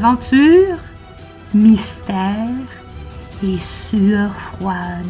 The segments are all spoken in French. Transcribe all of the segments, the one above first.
Aventure, mystère et sueur froide.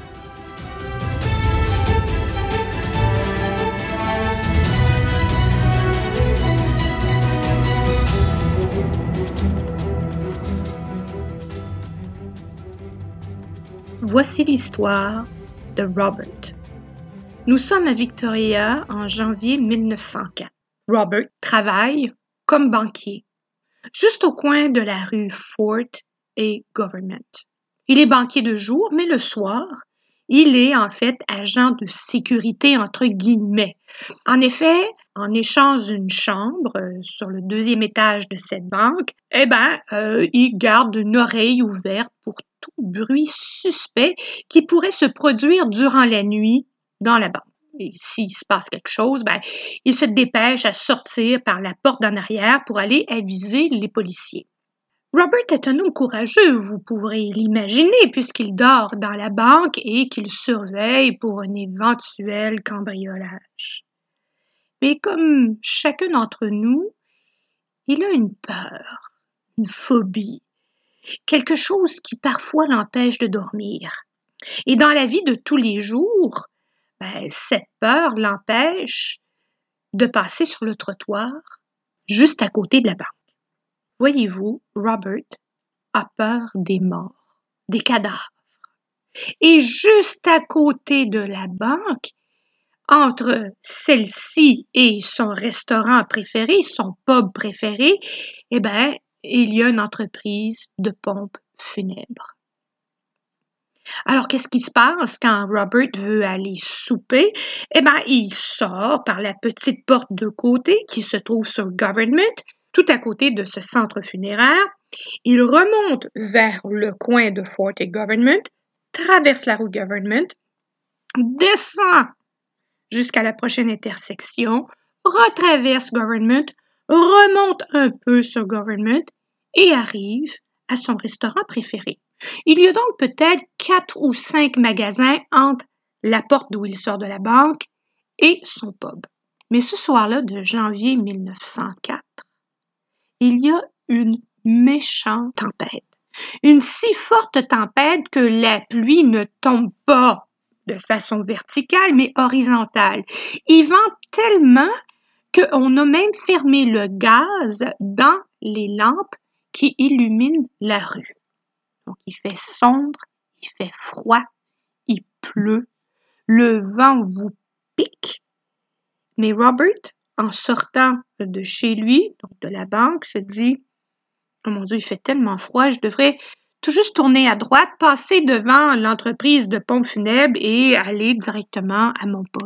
Voici l'histoire de Robert. Nous sommes à Victoria en janvier 1904. Robert travaille comme banquier, juste au coin de la rue Fort et Government. Il est banquier de jour, mais le soir, il est en fait agent de sécurité entre guillemets. En effet, en échange d'une chambre sur le 2e étage de cette banque, il garde une oreille ouverte pour tout bruit suspect qui pourrait se produire durant la nuit dans la banque. Et s'il se passe quelque chose, il se dépêche à sortir par la porte d'en arrière pour aller aviser les policiers. Robert est un homme courageux, vous pourrez l'imaginer, puisqu'il dort dans la banque et qu'il surveille pour un éventuel cambriolage. Mais comme chacun d'entre nous, il a une peur, une phobie, quelque chose qui parfois l'empêche de dormir. Et dans la vie de tous les jours, cette peur l'empêche de passer sur le trottoir juste à côté de la banque. Voyez-vous, Robert a peur des morts, des cadavres. Et juste à côté de la banque, entre celle-ci et son restaurant préféré, son pub préféré, il y a une entreprise de pompes funèbres. Alors, qu'est-ce qui se passe quand Robert veut aller souper? Il sort par la petite porte de côté qui se trouve sur Government, tout à côté de ce centre funéraire. Il remonte vers le coin de Fort et Government, traverse la rue Government, descend jusqu'à la prochaine intersection, retraverse Government, remonte un peu sur Government et arrive à son restaurant préféré. Il y a donc peut-être 4 ou 5 magasins entre la porte d'où il sort de la banque et son pub. Mais ce soir-là de janvier 1904, il y a une méchante tempête. Une si forte tempête que la pluie ne tombe pas de façon verticale, mais horizontale. Il vente tellement qu'on a même fermé le gaz dans les lampes qui illuminent la rue. Donc, il fait sombre, il fait froid, il pleut, le vent vous pique. Mais Robert, en sortant de chez lui, donc de la banque, se dit « Oh mon Dieu, il fait tellement froid, je devrais tout juste tourner à droite, passer devant l'entreprise de pompes funèbres et aller directement à mon pub. »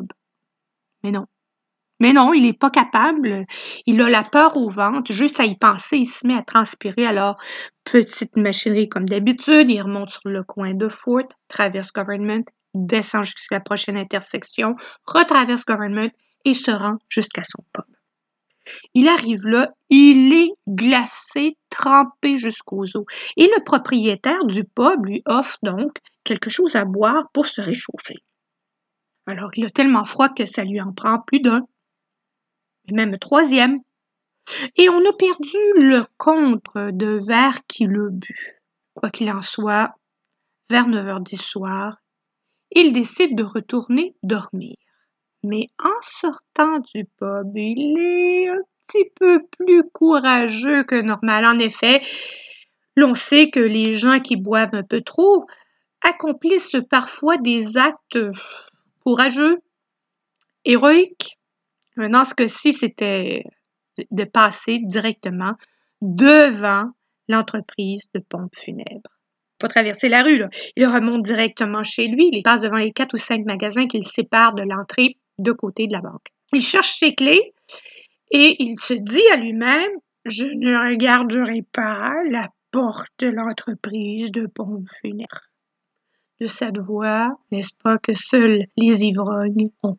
Mais non, il n'est pas capable. Il a la peur au ventre. Juste à y penser, il se met à transpirer. Alors, petite machinerie comme d'habitude, il remonte sur le coin de Fort, traverse Government, descend jusqu'à la prochaine intersection, retraverse Government et se rend jusqu'à son pub. Il arrive là, il est glacé, trempé jusqu'aux os. Et le propriétaire du pub lui offre donc quelque chose à boire pour se réchauffer. Alors, il a tellement froid que ça lui en prend plus d'un. Et même 3e. Et on a perdu le compte de verres qu'il a bu. Quoi qu'il en soit, vers 9h10 soir, il décide de retourner dormir. Mais en sortant du pub, il est un petit peu plus courageux que normal. En effet, l'on sait que les gens qui boivent un peu trop accomplissent parfois des actes courageux, héroïques. Dans ce cas-ci, c'était de passer directement devant l'entreprise de pompes funèbres. Pas traverser la rue, là. Il remonte directement chez lui. Il passe devant les 4 ou 5 magasins qui le séparent de l'entrée de côté de la banque. Il cherche ses clés et il se dit à lui-même « Je ne regarderai pas la porte de l'entreprise de pompes funèbres. » De cette voix, n'est-ce pas, que seuls les ivrognes ont.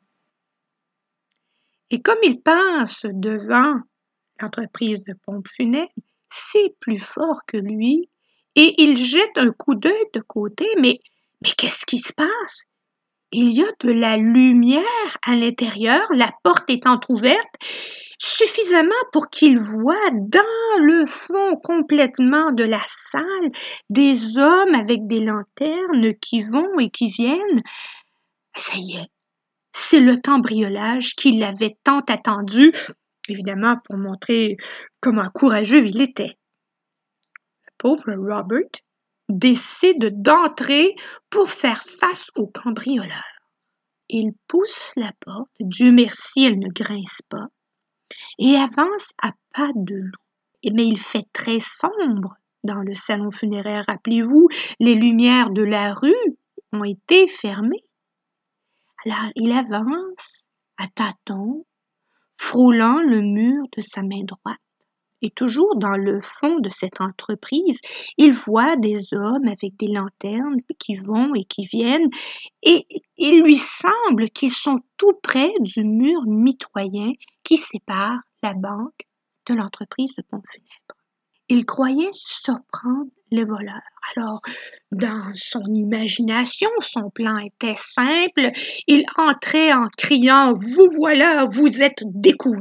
Et comme il passe devant l'entreprise de pompes funèbres, c'est plus fort que lui et il jette un coup d'œil de côté, mais qu'est-ce qui se passe? Il y a de la lumière à l'intérieur, la porte est entr'ouverte, suffisamment pour qu'il voie dans le fond complètement de la salle des hommes avec des lanternes qui vont et qui viennent. Ça y est, c'est le cambriolage qu'il avait tant attendu, évidemment pour montrer comment courageux il était. Le pauvre Robert décide d'entrer pour faire face au cambrioleur. Il pousse la porte, Dieu merci, elle ne grince pas, et avance à pas de loup. Mais il fait très sombre dans le salon funéraire. Rappelez-vous, les lumières de la rue ont été fermées. Alors il avance à tâtons, frôlant le mur de sa main droite. Et toujours dans le fond de cette entreprise, il voit des hommes avec des lanternes qui vont et qui viennent, et il lui semble qu'ils sont tout près du mur mitoyen qui sépare la banque de l'entreprise de pompes funèbres. Il croyait surprendre les voleurs. Alors, dans son imagination, son plan était simple. Il entrait en criant « Vous voilà, vous êtes découverts !»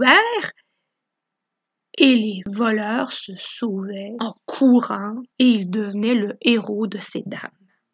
Et les voleurs se sauvaient en courant et il devenait le héros de ces dames.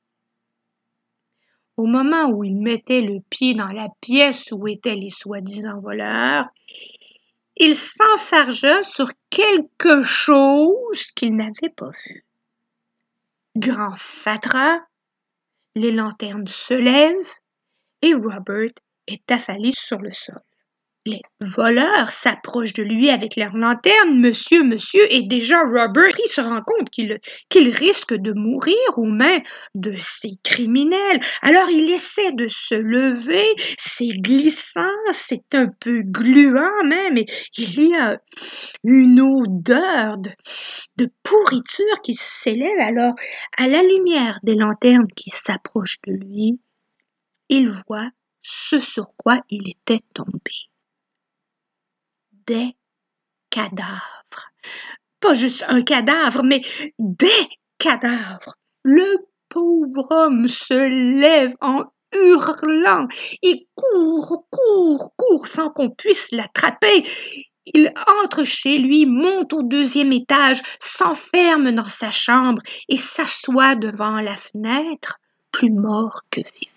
Au moment où il mettait le pied dans la pièce où étaient les soi-disant voleurs, il s'enfargea sur quelque chose qu'il n'avait pas vu. Grand fatras, les lanternes se lèvent et Robert est affalé sur le sol. Les voleurs s'approchent de lui avec leurs lanternes. Monsieur, et déjà Robert, il se rend compte qu'il risque de mourir aux mains de ces criminels. Alors il essaie de se lever, c'est glissant, c'est un peu gluant même, et il y a une odeur de pourriture qui s'élève. Alors, à la lumière des lanternes qui s'approchent de lui, il voit ce sur quoi il était tombé. Des cadavres. Pas juste un cadavre, mais des cadavres. Le pauvre homme se lève en hurlant. Il court sans qu'on puisse l'attraper. Il entre chez lui, monte au 2e étage, s'enferme dans sa chambre et s'assoit devant la fenêtre, plus mort que vif.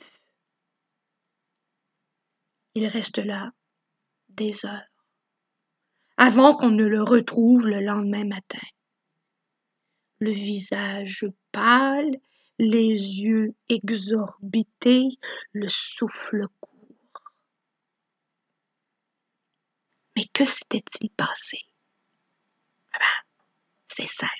Il reste là des heures avant qu'on ne le retrouve le lendemain matin. Le visage pâle, les yeux exorbités, le souffle court. Mais que s'était-il passé? C'est simple.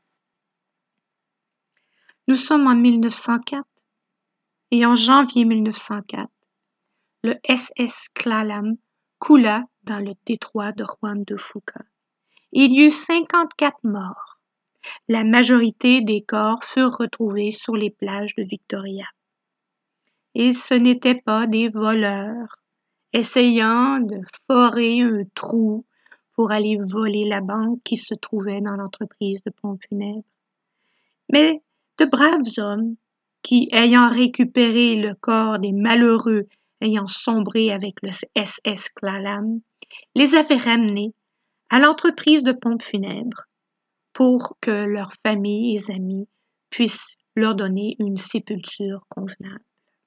Nous sommes en 1904 et en janvier 1904, le SS Klamath coula dans le détroit de Juan de Fuca. Il y eut 54 morts. La majorité des corps furent retrouvés sur les plages de Victoria. Et ce n'étaient pas des voleurs essayant de forer un trou pour aller voler la banque qui se trouvait dans l'entreprise de pompes funèbres, mais de braves hommes qui, ayant récupéré le corps des malheureux ayant sombré avec le SS Klamath, les avaient ramenés à l'entreprise de pompes funèbres pour que leurs familles et amis puissent leur donner une sépulture convenable.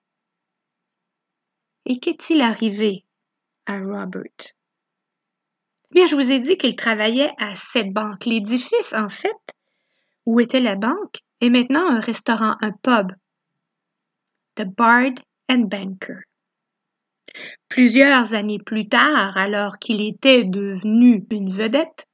Et qu'est-il arrivé à Robert? Bien, je vous ai dit qu'il travaillait à cette banque. L'édifice, en fait, où était la banque, est maintenant un restaurant, un pub, The Bard and Banker. Plusieurs années plus tard, alors qu'il était devenu une vedette,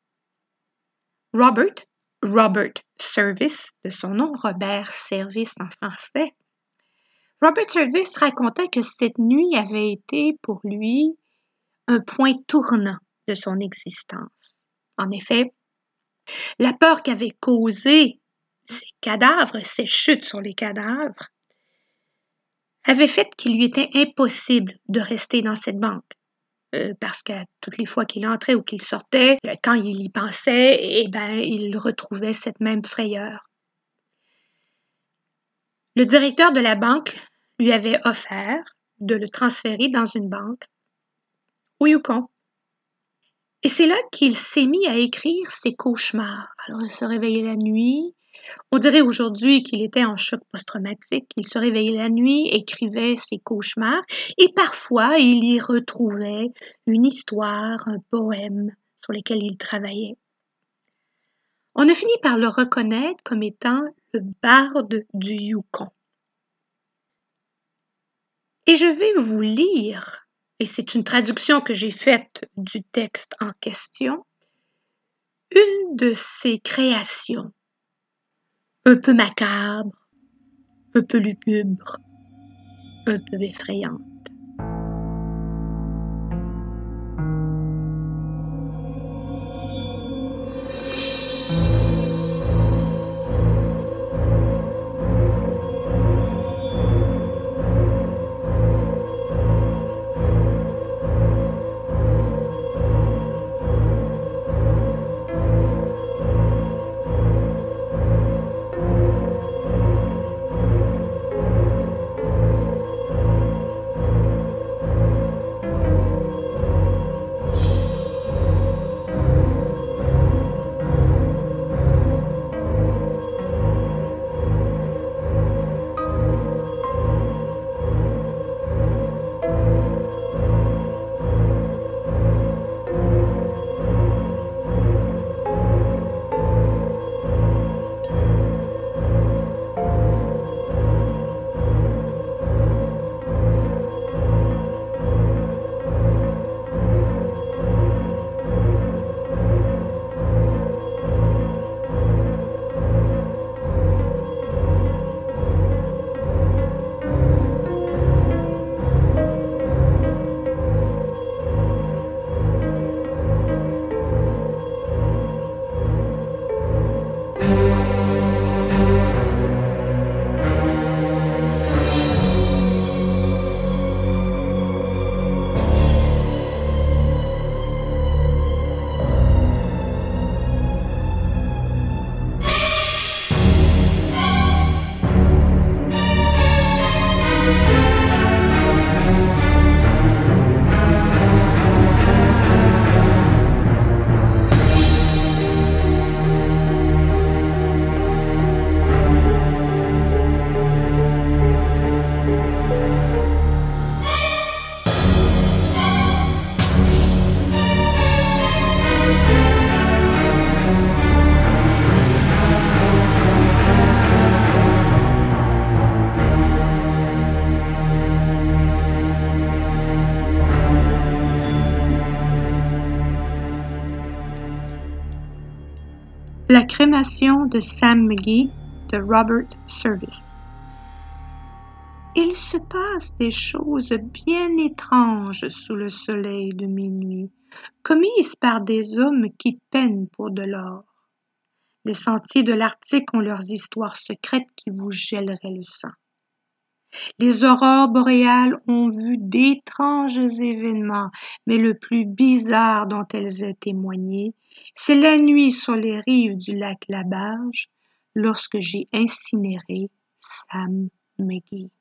Robert Service, de son nom Robert Service en français, Robert Service raconta que cette nuit avait été pour lui un point tournant de son existence. En effet, la peur qu'avaient causé ces cadavres, ces chutes sur les cadavres, avait fait qu'il lui était impossible de rester dans cette banque. Parce que toutes les fois qu'il entrait ou qu'il sortait, quand il y pensait, il retrouvait cette même frayeur. Le directeur de la banque lui avait offert de le transférer dans une banque au Yukon. Et c'est là qu'il s'est mis à écrire ses cauchemars. Alors, il se réveillait la nuit. On dirait aujourd'hui qu'il était en choc post-traumatique. Il se réveillait la nuit, écrivait ses cauchemars et parfois il y retrouvait une histoire, un poème sur lesquels il travaillait. On a fini par le reconnaître comme étant le barde du Yukon. Et je vais vous lire, et c'est une traduction que j'ai faite du texte en question, une de ses créations, un peu macabre, un peu lugubre, un peu effrayante. La crémation de Sam McGee de Robert Service. Il se passe des choses bien étranges sous le soleil de minuit, commises par des hommes qui peinent pour de l'or. Les sentiers de l'Arctique ont leurs histoires secrètes qui vous gèleraient le sang. Les aurores boréales ont vu d'étranges événements, mais le plus bizarre dont elles aient témoigné, c'est la nuit sur les rives du lac Laberge, lorsque j'ai incinéré Sam McGee.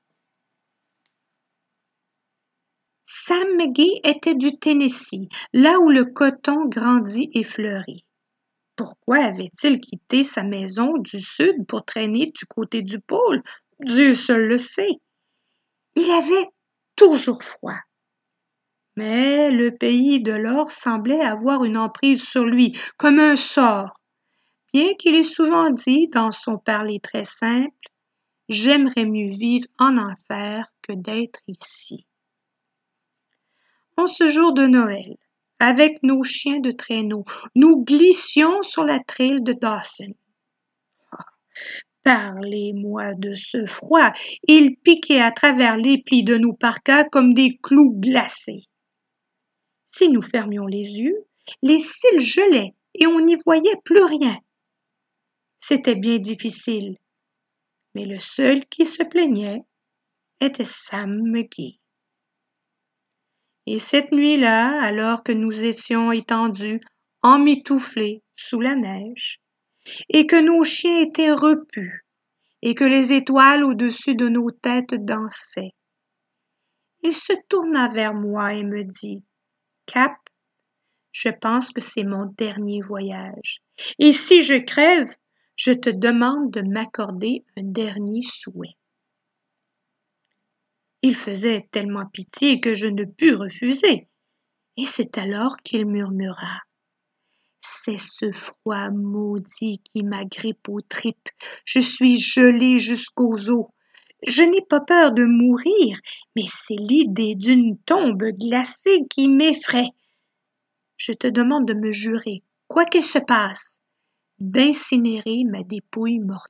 Sam McGee était du Tennessee, là où le coton grandit et fleurit. Pourquoi avait-il quitté sa maison du sud pour traîner du côté du pôle? Dieu seul le sait. Il avait toujours froid. Mais le pays de l'or semblait avoir une emprise sur lui, comme un sort, bien qu'il ait souvent dit, dans son parler très simple, « J'aimerais mieux vivre en enfer que d'être ici. » En ce jour de Noël, avec nos chiens de traîneau, nous glissions sur la trail de Dawson. Parlez-moi de ce froid! Il piquait à travers les plis de nos parkas comme des clous glacés. Si nous fermions les yeux, les cils gelaient et on n'y voyait plus rien. C'était bien difficile, mais le seul qui se plaignait était Sam McGee. Et cette nuit-là, alors que nous étions étendus, emmitouflés sous la neige, et que nos chiens étaient repus, et que les étoiles au-dessus de nos têtes dansaient. Il se tourna vers moi et me dit « Cap, je pense que c'est mon dernier voyage. Et si je crève, je te demande de m'accorder un dernier souhait. » Il faisait tellement pitié que je ne pus refuser. Et c'est alors qu'il murmura « C'est ce froid maudit qui m'agrippe aux tripes. Je suis gelé jusqu'aux os. Je n'ai pas peur de mourir, mais c'est l'idée d'une tombe glacée qui m'effraie. Je te demande de me jurer, quoi qu'il se passe, d'incinérer ma dépouille mortelle. »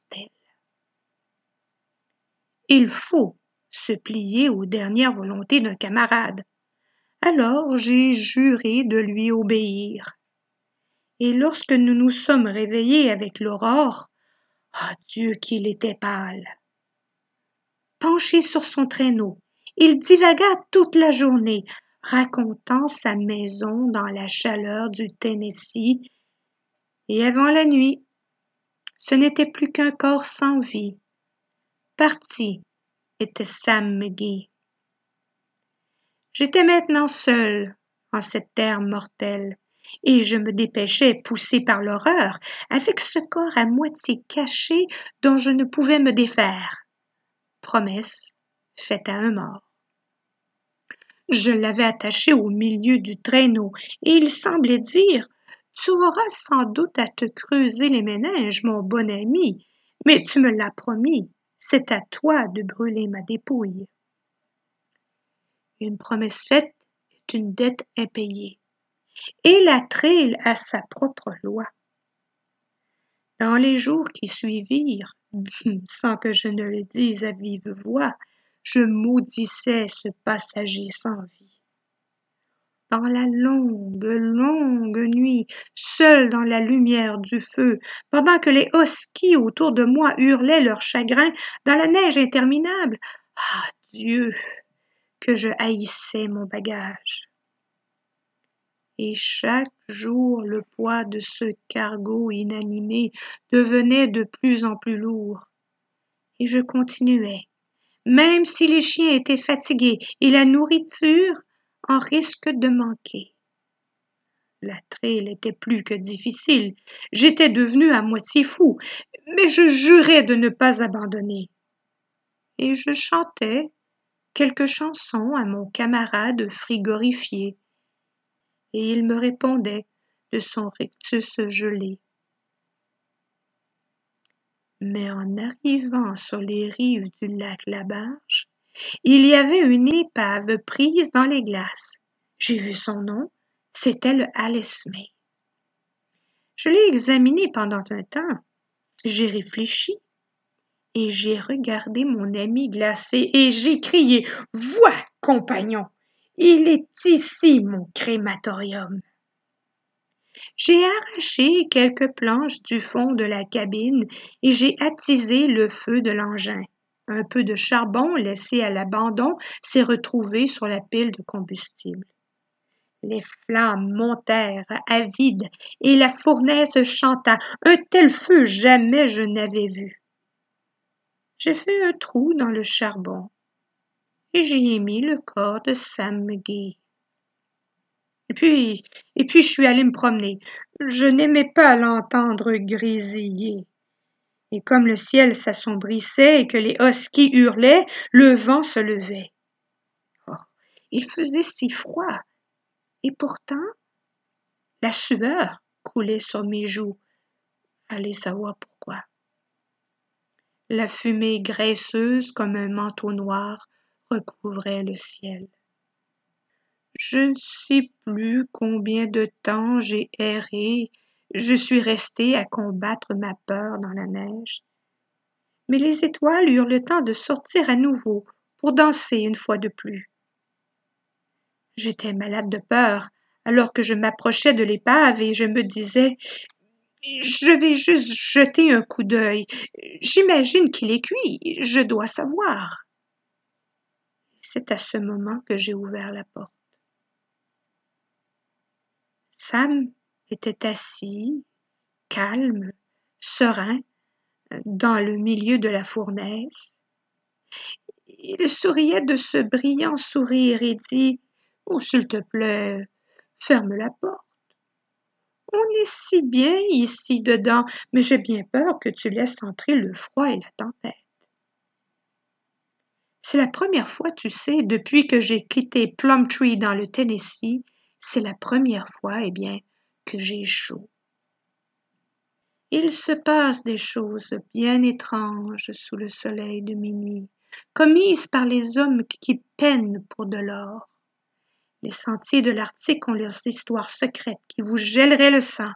Il faut se plier aux dernières volontés d'un camarade. Alors j'ai juré de lui obéir. Et lorsque nous nous sommes réveillés avec l'aurore, ah Dieu qu'il était pâle! Penché sur son traîneau, il divagua toute la journée, racontant sa maison dans la chaleur du Tennessee, et avant la nuit, ce n'était plus qu'un corps sans vie. Parti était Sam McGee. J'étais maintenant seul en cette terre mortelle, et je me dépêchais, poussé par l'horreur, avec ce corps à moitié caché dont je ne pouvais me défaire. Promesse faite à un mort. Je l'avais attaché au milieu du traîneau, et il semblait dire « Tu auras sans doute à te creuser les méninges, mon bon ami, mais tu me l'as promis, c'est à toi de brûler ma dépouille. » Une promesse faite est une dette impayée, et la Trail a sa propre loi. Dans les jours qui suivirent, sans que je ne le dise à vive voix, je maudissais ce passager sans vie. Dans la longue, longue nuit, seul dans la lumière du feu, pendant que les huskies autour de moi hurlaient leur chagrin dans la neige interminable, ah Dieu, que je haïssais mon bagage. Et chaque jour le poids de ce cargo inanimé devenait de plus en plus lourd. Et je continuais, même si les chiens étaient fatigués et la nourriture en risque de manquer. La trail était plus que difficile. J'étais devenu à moitié fou, mais je jurais de ne pas abandonner. Et je chantais quelques chansons à mon camarade frigorifié, et il me répondait de son rictus gelé. Mais en arrivant sur les rives du lac Laberge, il y avait une épave prise dans les glaces. J'ai vu son nom, c'était le Alice May. Je l'ai examiné pendant un temps, j'ai réfléchi, et j'ai regardé mon ami glacé, et j'ai crié « Vois, compagnon, il est ici mon crématorium !» J'ai arraché quelques planches du fond de la cabine et j'ai attisé le feu de l'engin. Un peu de charbon laissé à l'abandon s'est retrouvé sur la pile de combustible. Les flammes montèrent avides et la fournaise chanta. Un tel feu jamais je n'avais vu. J'ai fait un trou dans le charbon et j'y ai mis le corps de Sam McGee. Et puis je suis allée me promener. Je n'aimais pas l'entendre grésiller. Et comme le ciel s'assombrissait et que les huskies hurlaient, le vent se levait. Oh, il faisait si froid. Et pourtant, la sueur coulait sur mes joues. Allez savoir pourquoi. La fumée graisseuse comme un manteau noir recouvrait le ciel. Je ne sais plus combien de temps j'ai erré, je suis restée à combattre ma peur dans la neige. Mais les étoiles eurent le temps de sortir à nouveau pour danser une fois de plus. J'étais malade de peur alors que je m'approchais de l'épave et je me disais « Je vais juste jeter un coup d'œil. J'imagine qu'il est cuit, je dois savoir. » C'est à ce moment que j'ai ouvert la porte. Sam était assis, calme, serein, dans le milieu de la fournaise. Il souriait de ce brillant sourire et dit: « Oh, s'il te plaît, ferme la porte. On est si bien ici dedans, mais j'ai bien peur que tu laisses entrer le froid et la tempête. » C'est la première fois, tu sais, depuis que j'ai quitté Plumtree dans le Tennessee, c'est la première fois, que j'ai chaud. Il se passe des choses bien étranges sous le soleil de minuit, commises par les hommes qui peinent pour de l'or. Les sentiers de l'Arctique ont leurs histoires secrètes qui vous gèleraient le sang.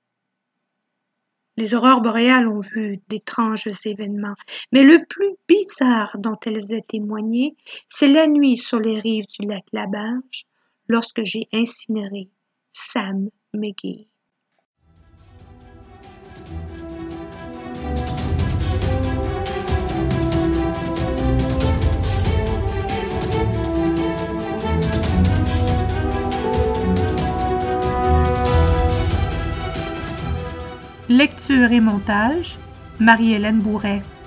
Les aurores boréales ont vu d'étranges événements, mais le plus bizarre dont elles aient témoigné, c'est la nuit sur les rives du lac Laberge, lorsque j'ai incinéré Sam McGee. Lecture et montage, Marie-Hélène Bourret.